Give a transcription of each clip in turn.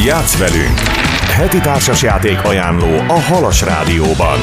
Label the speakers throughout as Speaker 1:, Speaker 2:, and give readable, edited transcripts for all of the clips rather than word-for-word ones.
Speaker 1: Játsz velünk! Heti társasjáték ajánló a Halas Rádióban.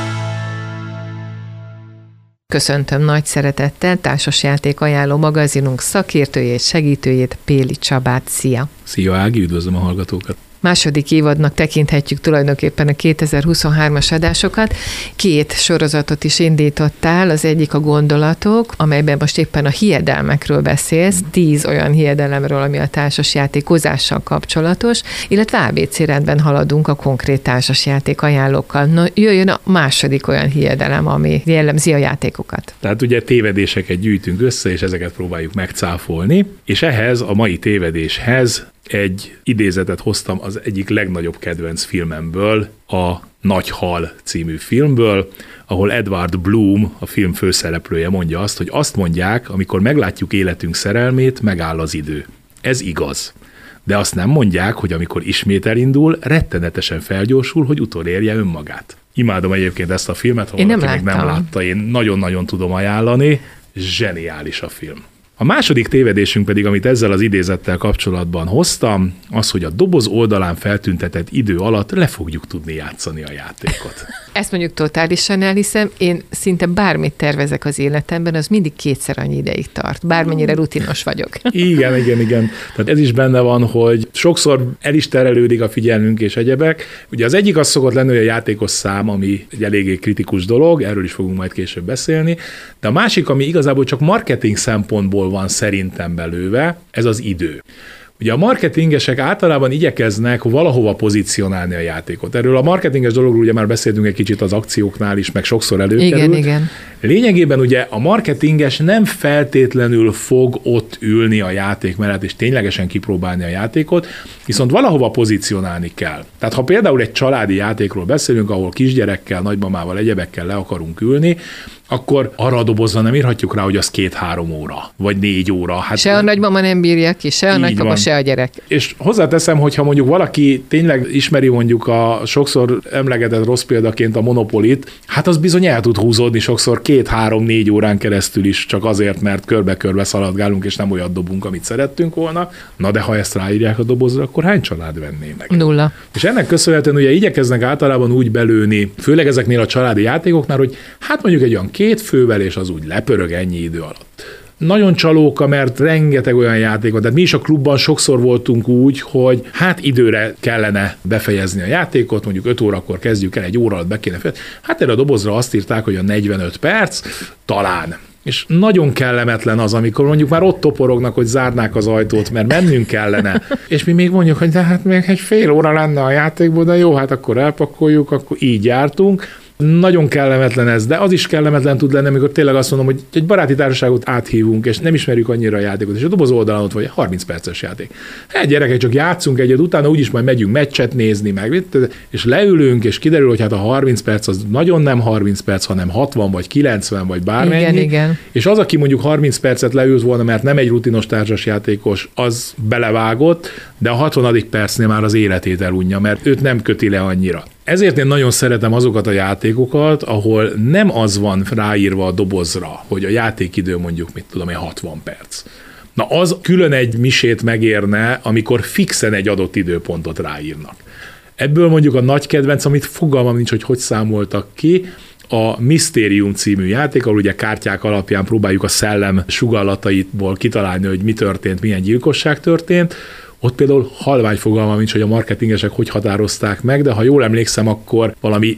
Speaker 2: Köszöntöm nagy szeretettel társasjáték ajánló magazinunk szakértőjét, segítőjét, Péli Csabát. Szia!
Speaker 3: Szia Ági, üdvözlöm a hallgatókat!
Speaker 2: Második évadnak tekinthetjük tulajdonképpen a 2023-as adásokat. 2 sorozatot is indítottál, az egyik a Gondolatok, amelyben most éppen a hiedelmekről beszélsz, 10 olyan hiedelemről, ami a társasjátékozással kapcsolatos, illetve ABC rendben haladunk a konkrét társasjáték ajánlókkal. Na, jöjjön a második olyan hiedelem, ami jellemzi a játékokat.
Speaker 3: Tehát ugye tévedéseket gyűjtünk össze, és ezeket próbáljuk megcáfolni, és ehhez a mai tévedéshez egy idézetet hoztam az egyik legnagyobb kedvenc filmemből, a Nagy Hal című filmből, ahol Edward Bloom, a film főszereplője mondja azt, hogy azt mondják, amikor meglátjuk életünk szerelmét, megáll az idő. Ez igaz. De azt nem mondják, hogy amikor ismét elindul, rettenetesen felgyorsul, hogy utolérje önmagát. Imádom egyébként ezt a filmet, ha valaki még nem látta, én nagyon-nagyon tudom ajánlani, zseniális a film. A második tévedésünk pedig, amit ezzel az idézettel kapcsolatban hoztam, az, hogy a doboz oldalán feltüntetett idő alatt le fogjuk tudni játszani a játékot.
Speaker 2: Ezt mondjuk totálisan elhiszem, én szinte bármit tervezek az életemben, az mindig 2-szer annyi ideig tart, bármennyire rutinos vagyok.
Speaker 3: Igen. Tehát ez is benne van, hogy sokszor el is terelődik a figyelmünk és egyebek. Ugye az egyik az szokott lenni, hogy a játékos szám, ami egy eléggé kritikus dolog, erről is fogunk majd később beszélni, de a másik, ami igazából csak marketing szempontból van szerintem belőve, ez az idő. Ugye a marketingesek általában igyekeznek valahova pozícionálni a játékot. Erről a marketinges dologról ugye már beszéltünk egy kicsit az akcióknál is, meg sokszor előkerült.
Speaker 2: Igen.
Speaker 3: Lényegében ugye a marketinges nem feltétlenül fog ott ülni a játék mellett, és ténylegesen kipróbálni a játékot, viszont valahova pozícionálni kell. Tehát ha például egy családi játékról beszélünk, ahol kisgyerekkel, nagymamával, egyebekkel le akarunk ülni, akkor arra a dobozra nem írhatjuk rá, hogy az 2-3 óra, vagy 4 óra. Hát
Speaker 2: se a nagymama nem bírja ki, se a nagypapa, se a gyerek.
Speaker 3: És hozzáteszem, hogyha mondjuk valaki tényleg ismeri mondjuk a sokszor emlegetett rossz példaként a Monopolit, hát az bizony el tud húzódni sokszor 2-3-4 órán keresztül is, csak azért, mert körbe-körbe szaladgálunk, és nem olyat dobunk, amit szerettünk volna. Na de ha ezt ráírják a dobozra, akkor hány család venné meg?
Speaker 2: 0. És
Speaker 3: ennek köszönhetően ugye igyekeznek általában úgy belőni, főleg ezeknél a családi játékoknál, hogy hát mondjuk egy olyan 2 fővel, és az úgy lepörög ennyi idő alatt. Nagyon csalóka, mert rengeteg olyan játék van. Tehát mi is a klubban sokszor voltunk úgy, hogy hát időre kellene befejezni a játékot, mondjuk 5 órakor kezdjük el, 1 óra alatt be kéne fejezni. Hát erre a dobozra azt írták, hogy a 45 perc, talán. És nagyon kellemetlen az, amikor mondjuk már ott toporognak, hogy zárnák az ajtót, mert mennünk kellene. És mi még mondjuk, hogy de hát még egy fél óra lenne a játékból, de jó, hát akkor elpakoljuk, akkor így jártunk. Nagyon kellemetlen ez, de az is kellemetlen tud lenni, amikor tényleg azt mondom, hogy egy baráti társaságot áthívunk, és nem ismerjük annyira a játékot, és a doboz oldalán ott vagy 30 perces játék. Hát gyerekek, csak játszunk egyet, utána úgyis majd megyünk meccset nézni, meg, és leülünk, és kiderül, hogy hát a 30 perc az nagyon nem 30 perc, hanem 60 vagy 90 vagy bármennyi.
Speaker 2: Igen.
Speaker 3: És az, aki mondjuk 30 percet leült volna, mert nem egy rutinos társasjátékos, az belevágott, de a 60. percnél már az életét elunja, mert őt nem köti le annyira. Ezért én nagyon szeretem azokat a játékokat, ahol nem az van ráírva a dobozra, hogy a játékidő mondjuk, 60 perc. Na az külön egy misét megérne, amikor fixen egy adott időpontot ráírnak. Ebből mondjuk a nagy kedvenc, amit fogalmam nincs, hogy számoltak ki, a Mysterium című játék, ahol ugye kártyák alapján próbáljuk a szellem sugallataitból kitalálni, hogy mi történt, milyen gyilkosság történt. Ott például halvány fogalmam nincs, hogy a marketingesek hogy határozták meg, de ha jól emlékszem, akkor valami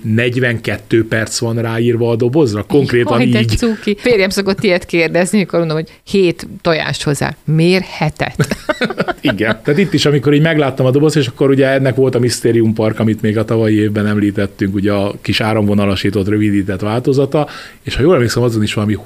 Speaker 3: 42 perc van ráírva a dobozra, konkrétan így.
Speaker 2: Cuki. Férjem szokott ilyet kérdezni, amikor mondom, hogy 7 tojást hozzá. Miért 7-et?
Speaker 3: Igen. Tehát itt is, amikor így megláttam a dobozt, és akkor ugye ennek volt a Mysterium Park, amit még a tavalyi évben említettünk, ugye a kis áramvonalasított, rövidített változata, és ha jól emlékszem, azon is valami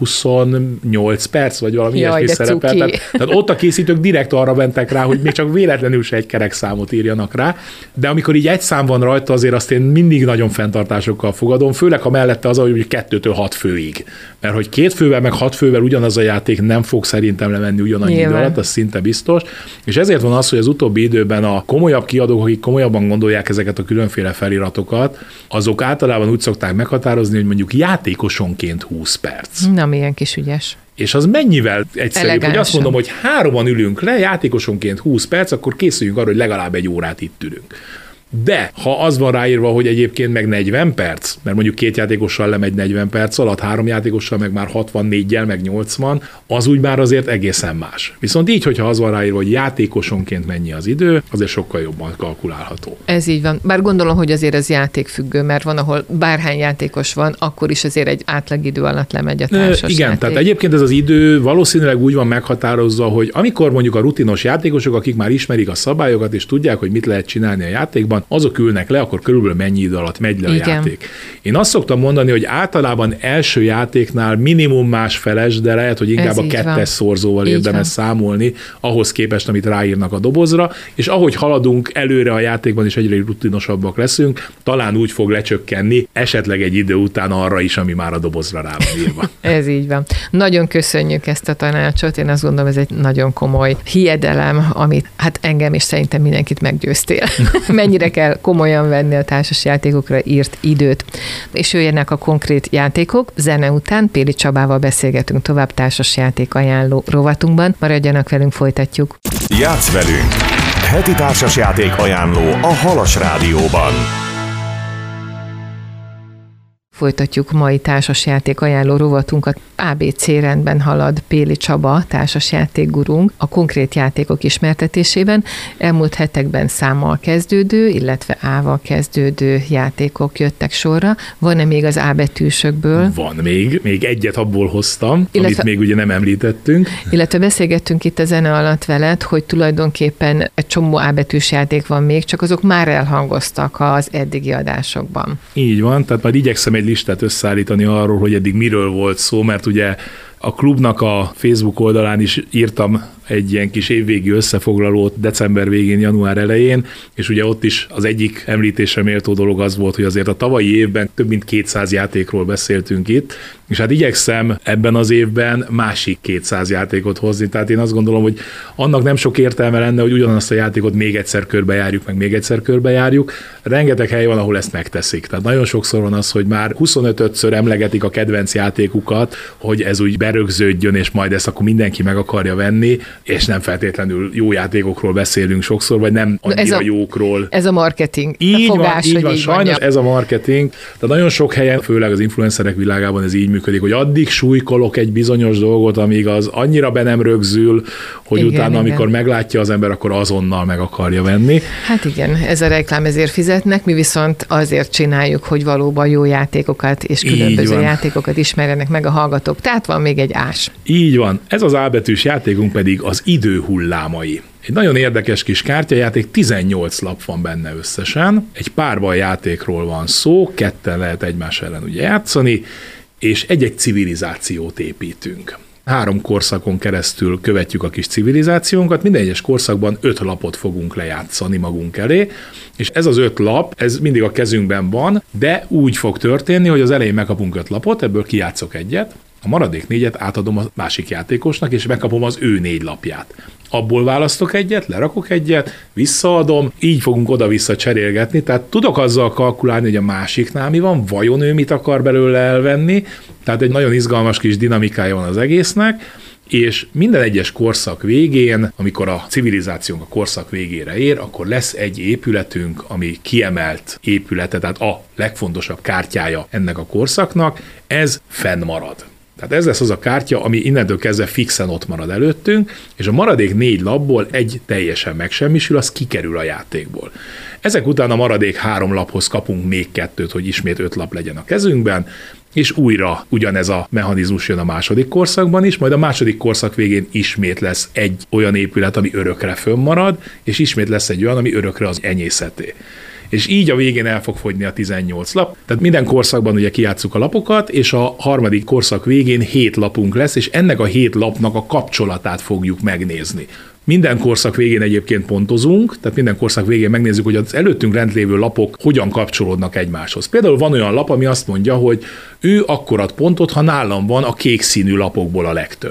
Speaker 3: 28 perc, vagy valami ilyesmi szerepel. Tehát ott a készítők direkt arra mentek rá, hogy még csak véletlenül se egy kerek számot írjanak rá, de amikor így egy szám van rajta, azért azt én mindig nagyon fenntartásokkal fogadom, főleg ha mellette az, hogy 2-től 6 főig. Mert hogy 2 fővel, meg 6 fővel ugyanaz a játék nem fog szerintem lemenni ugyanannyi idő alatt, az szinte biztos. És ezért van az, hogy az utóbbi időben a komolyabb kiadók, akik komolyabban gondolják ezeket a különféle feliratokat, azok általában úgy szokták meghatározni, hogy mondjuk játékosonként 20 perc.
Speaker 2: Na, milyen kis ügyes.
Speaker 3: És az mennyivel egyszerűbb, hogy azt mondom, hogy 3-an ülünk le, játékosonként 20 perc, akkor készüljünk arra, hogy legalább 1 órát itt ülünk. De ha az van ráírva, hogy egyébként meg 40 perc, mert mondjuk 2 játékossal lemegy 40 perc alatt, 3 játékossal meg már 64-jel, meg 80, az úgy már azért egészen más. Viszont így, hogyha az van ráírva, hogy játékosonként mennyi az idő, azért sokkal jobban kalkulálható.
Speaker 2: Ez így van. Bár gondolom, hogy azért ez játékfüggő, mert van, ahol bárhány játékos van, akkor is azért egy átlagidő alatt lemegy a társas
Speaker 3: Igen,
Speaker 2: játék.
Speaker 3: tehát egyébként ez az idő valószínűleg úgy van meghatározva, hogy amikor mondjuk a rutinos játékosok, akik már ismerik a szabályokat és tudják, hogy mit lehet csinálni a játékban, azok ülnek le, akkor körülbelül mennyi idő alatt megy le a játék. Én azt szoktam mondani, hogy általában első játéknál minimum másfeles, de lehet, hogy inkább a 2-es szorzóval érdemes számolni, ahhoz képest, amit ráírnak a dobozra, és ahogy haladunk előre a játékban, és egyre rutinosabbak leszünk, talán úgy fog lecsökkenni, esetleg egy idő után arra is, ami már a dobozra rá van írva.
Speaker 2: Ez így van. Nagyon köszönjük ezt a tanácsot, én azt gondolom, ez egy nagyon komoly hiedelem, amit hát engem és szerintem mindenkit meggyőztél. Mennyire kell komolyan venni a társasjátékokra írt időt. És jöjjenek a konkrét játékok. Zene után Péli Csabával beszélgetünk tovább társasjáték ajánló rovatunkban. Maradjanak velünk, folytatjuk.
Speaker 1: Játsz velünk! Heti társasjáték ajánló a Halas Rádióban.
Speaker 2: Folytatjuk mai társasjáték ajánló rovatunkat. ABC rendben halad Péli Csaba, társasjátékgurunk, a konkrét játékok ismertetésében. Elmúlt hetekben számmal kezdődő, illetve A-val kezdődő játékok jöttek sorra. Van-e még az A betűsökből?
Speaker 3: Van még egyet abból hoztam, amit még ugye nem említettünk.
Speaker 2: Illetve beszélgettünk itt a zene alatt veled, hogy tulajdonképpen egy csomó A betűs játék van még, csak azok már elhangoztak az eddigi adásokban.
Speaker 3: Így van, tehát majd igyekszem egy listát összeállítani arról, hogy eddig miről volt szó, mert ugye a klubnak a Facebook oldalán is írtam egy ilyen kis évvégi összefoglalót december végén, január elején, és ugye ott is az egyik említésre méltó dolog az volt, hogy azért a tavalyi évben több mint 200 játékról beszéltünk itt, és hát igyekszem ebben az évben másik 200 játékot hozni, tehát én azt gondolom, hogy annak nem sok értelme lenne, hogy ugyanazt a játékot még egyszer körbejárjuk, meg még egyszer körbejárjuk. Rengeteg hely van, ahol ezt megteszik. Tehát nagyon sokszor van az, hogy már 25-ször emlegetik a kedvenc játékukat, hogy ez úgy berögződjön, és majd ezt akkor mindenki meg akarja venni, és nem feltétlenül jó játékokról beszélünk sokszor, vagy nem annyira jókról.
Speaker 2: Ez a marketing.
Speaker 3: Így
Speaker 2: a fogás,
Speaker 3: van, sajnos mondjam. Ez a marketing. Tehát nagyon sok helyen, főleg az influencerek világában ez így működik, hogy addig súlykolok egy bizonyos dolgot, amíg az annyira be nem rögzül, hogy igen, utána, amikor meglátja az ember, akkor azonnal meg akarja venni.
Speaker 2: Hát igen, ez a reklám, ezért fizetnek, mi viszont azért csináljuk, hogy valóban jó játékokat és különböző játékokat ismerjenek meg a hallgatók. Tehát van még egy ás.
Speaker 3: Így van. Ez az A betűs játékunk pedig az idő hullámai. Egy nagyon érdekes kis kártyajáték, 18 lap van benne összesen, egy párbaj játékról van szó, 2 lehet egymás ellen ugye játszani, és egy-egy civilizációt építünk. 3 korszakon keresztül követjük a kis civilizációnkat, minden egyes korszakban 5 lapot fogunk lejátszani magunk elé, és ez az 5 lap, ez mindig a kezünkben van, de úgy fog történni, hogy az elején megkapunk 5 lapot, ebből kijátszok egyet, a maradék 4-et átadom a másik játékosnak, és megkapom az ő 4 lapját. Abból választok egyet, lerakok egyet, visszaadom, így fogunk oda-vissza cserélgetni, tehát tudok azzal kalkulálni, hogy a másiknál mi van, vajon ő mit akar belőle elvenni, tehát egy nagyon izgalmas kis dinamikája van az egésznek, és minden egyes korszak végén, amikor a civilizációnk a korszak végére ér, akkor lesz egy épületünk, ami kiemelt épülete, tehát a legfontosabb kártyája ennek a korszaknak, ez fennmarad. Tehát ez lesz az a kártya, ami innentől kezdve fixen ott marad előttünk, és a maradék 4 lapból egy teljesen megsemmisül, az kikerül a játékból. Ezek után a maradék 3 laphoz kapunk még 2, hogy ismét 5 lap legyen a kezünkben, és újra ugyanez a mechanizmus jön a második korszakban is, majd a második korszak végén ismét lesz egy olyan épület, ami örökre fönnmarad, és ismét lesz egy olyan, ami örökre az enyészeté. És így a végén el fog fogyni a 18 lap. Tehát minden korszakban ugye kijátsszuk a lapokat, és a harmadik korszak végén 7 lapunk lesz, és ennek a 7 lapnak a kapcsolatát fogjuk megnézni. Minden korszak végén egyébként pontozunk, tehát minden korszak végén megnézzük, hogy az előttünk rend lévő lapok hogyan kapcsolódnak egymáshoz. Például van olyan lap, ami azt mondja, hogy ő akkor ad pontot, ha nálam van a kék színű lapokból a legtöbb.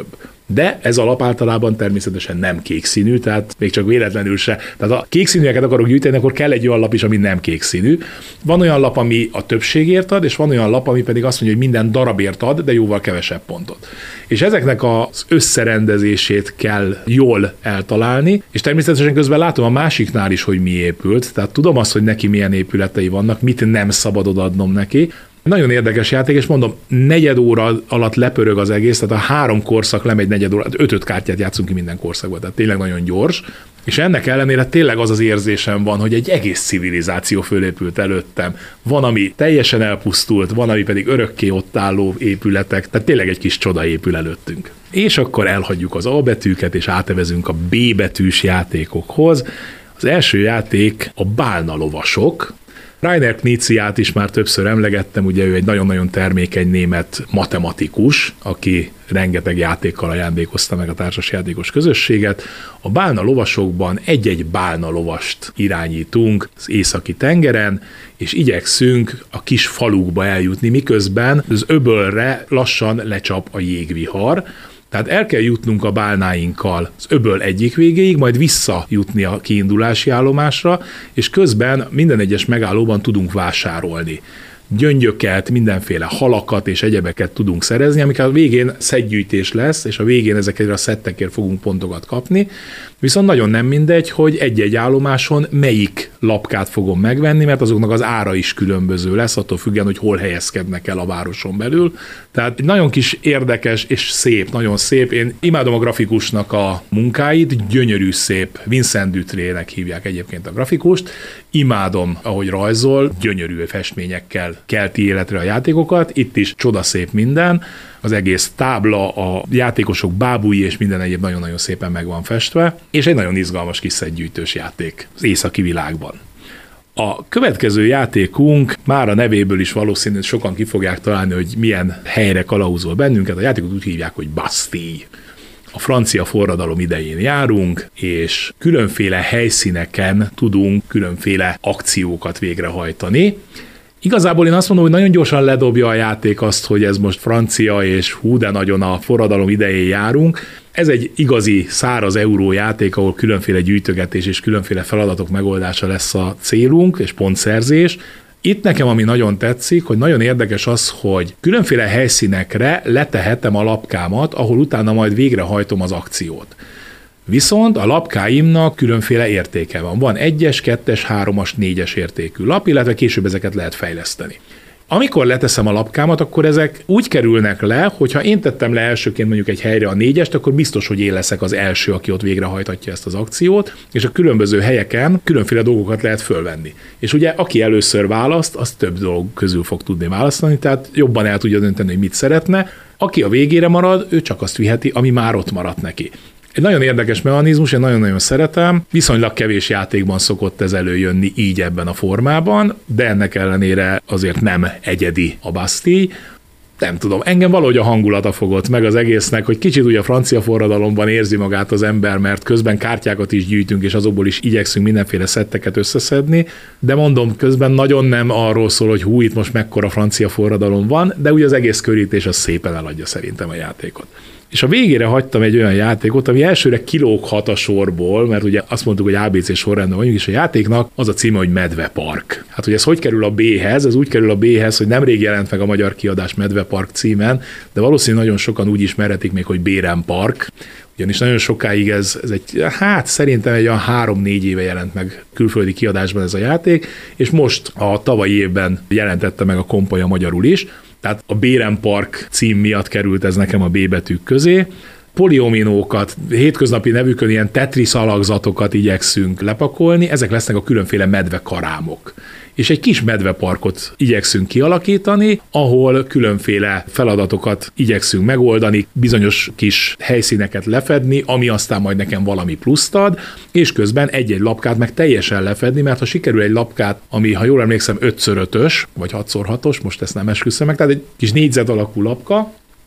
Speaker 3: De ez a lap általában természetesen nem kék színű, tehát még csak véletlenül se. Tehát ha kék színűeket akarok gyűjteni, akkor kell egy olyan lap is, ami nem kék színű. Van olyan lap, ami a többségért ad, és van olyan lap, ami pedig azt mondja, hogy minden darabért ad, de jóval kevesebb pontot. És ezeknek az összerendezését kell jól eltalálni, és természetesen közben látom a másiknál is, hogy mi épült, tehát tudom azt, hogy neki milyen épületei vannak, mit nem szabad odaadnom neki. Nagyon érdekes játék, és mondom, 4 óra alatt lepörög az egész, tehát a 3 korszak lemegy 4 óra, 5 kártyát játszunk ki minden korszakban, tehát tényleg nagyon gyors, és ennek ellenére tényleg az az érzésem van, hogy egy egész civilizáció fölépült előttem. Van, ami teljesen elpusztult, van, ami pedig örökké ott álló épületek, tehát tényleg egy kis csoda épül előttünk. És akkor elhagyjuk az A betűket, és átevezünk a B betűs játékokhoz. Az első játék a Bálnalovasok. Rainer Kniziát is már többször emlegettem, ugye ő egy nagyon-nagyon termékeny német matematikus, aki rengeteg játékkal ajándékozta meg a társasjátékos közösséget. A Bálnalovasokban egy-egy bálnalovast irányítunk az északi tengeren, és igyekszünk a kis falukba eljutni, miközben az öbölre lassan lecsap a jégvihar. Tehát el kell jutnunk a bálnáinkkal az öböl egyik végéig, majd visszajutni a kiindulási állomásra, és közben minden egyes megállóban tudunk vásárolni. Gyöngyöket, mindenféle halakat és egyebeket tudunk szerezni, amiket a végén szettgyűjtés lesz, és a végén ezekre a szettekért fogunk pontokat kapni. Viszont nagyon nem mindegy, hogy egy-egy állomáson melyik lapkát fogom megvenni, mert azoknak az ára is különböző lesz, attól függően, hogy hol helyezkednek el a városon belül. Tehát nagyon kis érdekes és szép, nagyon szép. Én imádom a grafikusnak a munkáit, gyönyörű szép, Vincent Dutrének hívják egyébként a grafikust. Imádom, ahogy rajzol, gyönyörű festményekkel kelti életre a játékokat, itt is csodaszép minden. Az egész tábla, a játékosok bábúi és minden egyéb nagyon-nagyon szépen meg van festve, és egy nagyon izgalmas kis szettgyűjtős játék az északi világban. A következő játékunk már a nevéből is valószínűleg sokan ki fogják találni, hogy milyen helyre kalauzol bennünket. A játékot úgy hívják, hogy Bastille. A francia forradalom idején járunk, és különféle helyszíneken tudunk különféle akciókat végrehajtani. Igazából én azt mondom, hogy nagyon gyorsan ledobja a játék azt, hogy ez most francia, és hú, de nagyon a forradalom idején járunk. Ez egy igazi száraz eurójáték, ahol különféle gyűjtögetés és különféle feladatok megoldása lesz a célunk, és pontszerzés. Itt nekem ami nagyon tetszik, hogy nagyon érdekes az, hogy különféle helyszínekre letehetem a lapkámat, ahol utána majd végrehajtom az akciót. Viszont a lapkáimnak különféle értéke van. Van 1-es, 2-es, 3-as, 4-es értékű lap, illetve később ezeket lehet fejleszteni. Amikor leteszem a lapkámat, akkor ezek úgy kerülnek le, hogyha én tettem le elsőként mondjuk egy helyre a 4-est, akkor biztos, hogy én leszek az első, aki ott végrehajthatja ezt az akciót, és a különböző helyeken különféle dolgokat lehet fölvenni. És ugye aki először választ, az több dolog közül fog tudni választani, tehát jobban el tudja dönteni, hogy mit szeretne. Aki a végére marad, ő csak azt viheti, ami már ott maradt neki. Egy nagyon érdekes mechanizmus, én nagyon-nagyon szeretem, viszonylag kevés játékban szokott ez előjönni így ebben a formában, de ennek ellenére azért nem egyedi a Bastille. Nem tudom, engem valahogy a hangulata fogott meg az egésznek, hogy kicsit ugye a francia forradalomban érzi magát az ember, mert közben kártyákat is gyűjtünk, és azokból is igyekszünk mindenféle szetteket összeszedni, de mondom, közben nagyon nem arról szól, hogy hú, itt most mekkora francia forradalom van, de ugye az egész körítés az szépen eladja szerintem a játékot. És a végére hagytam egy olyan játékot, ami elsőre kilóghat a sorból, mert ugye azt mondtuk, hogy ABC sorrendben vagyunk, és a játéknak az a címe, hogy Medvepark. Hát, hogy ez hogy kerül a B-hez? Ez úgy kerül a B-hez, hogy nemrég jelent meg a magyar kiadás Medvepark címen, de valószínűleg nagyon sokan úgy ismerhetik még, hogy Bérempark. Ugyanis nagyon sokáig ez egy, hát szerintem egy olyan 3-4 éve jelent meg külföldi kiadásban ez a játék, és most a tavalyi évben jelentette meg a Kompolya magyarul is. Tehát a Bérempark cím miatt került ez nekem a B betűk közé. Poliominókat, hétköznapi nevükön ilyen Tetris alakzatokat igyekszünk lepakolni, ezek lesznek a különféle medvekarámok. És egy kis medveparkot igyekszünk kialakítani, ahol különféle feladatokat igyekszünk megoldani, bizonyos kis helyszíneket lefedni, ami aztán majd nekem valami pluszt ad, és közben egy-egy lapkát meg teljesen lefedni, mert ha sikerül egy lapkát, ami, ha jól emlékszem, 5x5-ös, vagy 6x6-os, most ezt nem esküszöm meg, tehát egy kis négyzet alakú lapka,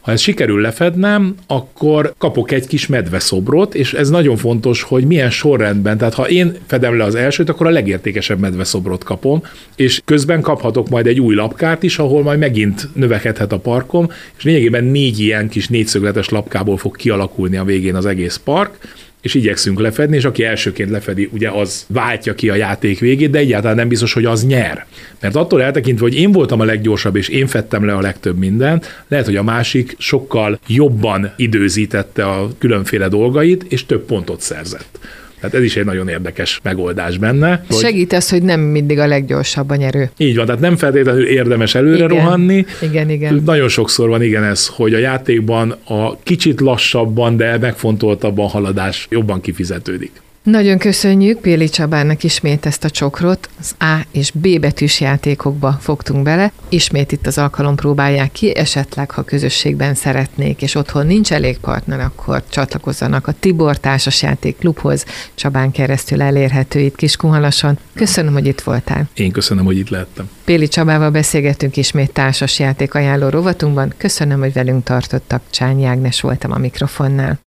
Speaker 3: Ha ezt sikerül lefednem, akkor kapok egy kis medveszobrot, és ez nagyon fontos, hogy milyen sorrendben. Tehát ha én fedem le az elsőt, akkor a legértékesebb medveszobrot kapom, és közben kaphatok majd egy új lapkát is, ahol majd megint növekedhet a parkom, és lényegében 4 ilyen kis négyszögletes lapkából fog kialakulni a végén az egész park, és igyekszünk lefedni, és aki elsőként lefedi, ugye az váltja ki a játék végét, de egyáltalán nem biztos, hogy az nyer. Mert attól eltekintve, hogy én voltam a leggyorsabb, és én fedtem le a legtöbb mindent, lehet, hogy a másik sokkal jobban időzítette a különféle dolgait, és több pontot szerzett. Tehát ez is egy nagyon érdekes megoldás benne.
Speaker 2: Segít az, hogy nem mindig a leggyorsabb a nyerő.
Speaker 3: Így van, tehát nem feltétlenül érdemes előre rohanni.
Speaker 2: Igen.
Speaker 3: Nagyon sokszor van ez, hogy a játékban a kicsit lassabban, de megfontoltabban haladás jobban kifizetődik.
Speaker 2: Nagyon köszönjük Péli Csabának ismét ezt a csokrot, az A és B betűs játékokba fogtunk bele, ismét itt az alkalom próbálják ki, esetleg ha közösségben szeretnék, és otthon nincs elég partner, akkor csatlakozzanak a Tibor Társasjáték Klubhoz, Csabán keresztül elérhető itt Kiskunhalason. Köszönöm, hogy itt voltál.
Speaker 3: Én köszönöm, hogy itt lehettem.
Speaker 2: Péli Csabával beszélgettünk ismét társasjáték ajánló rovatunkban. Köszönöm, hogy velünk tartottak. Csányi Ágnes voltam a mikrofonnál.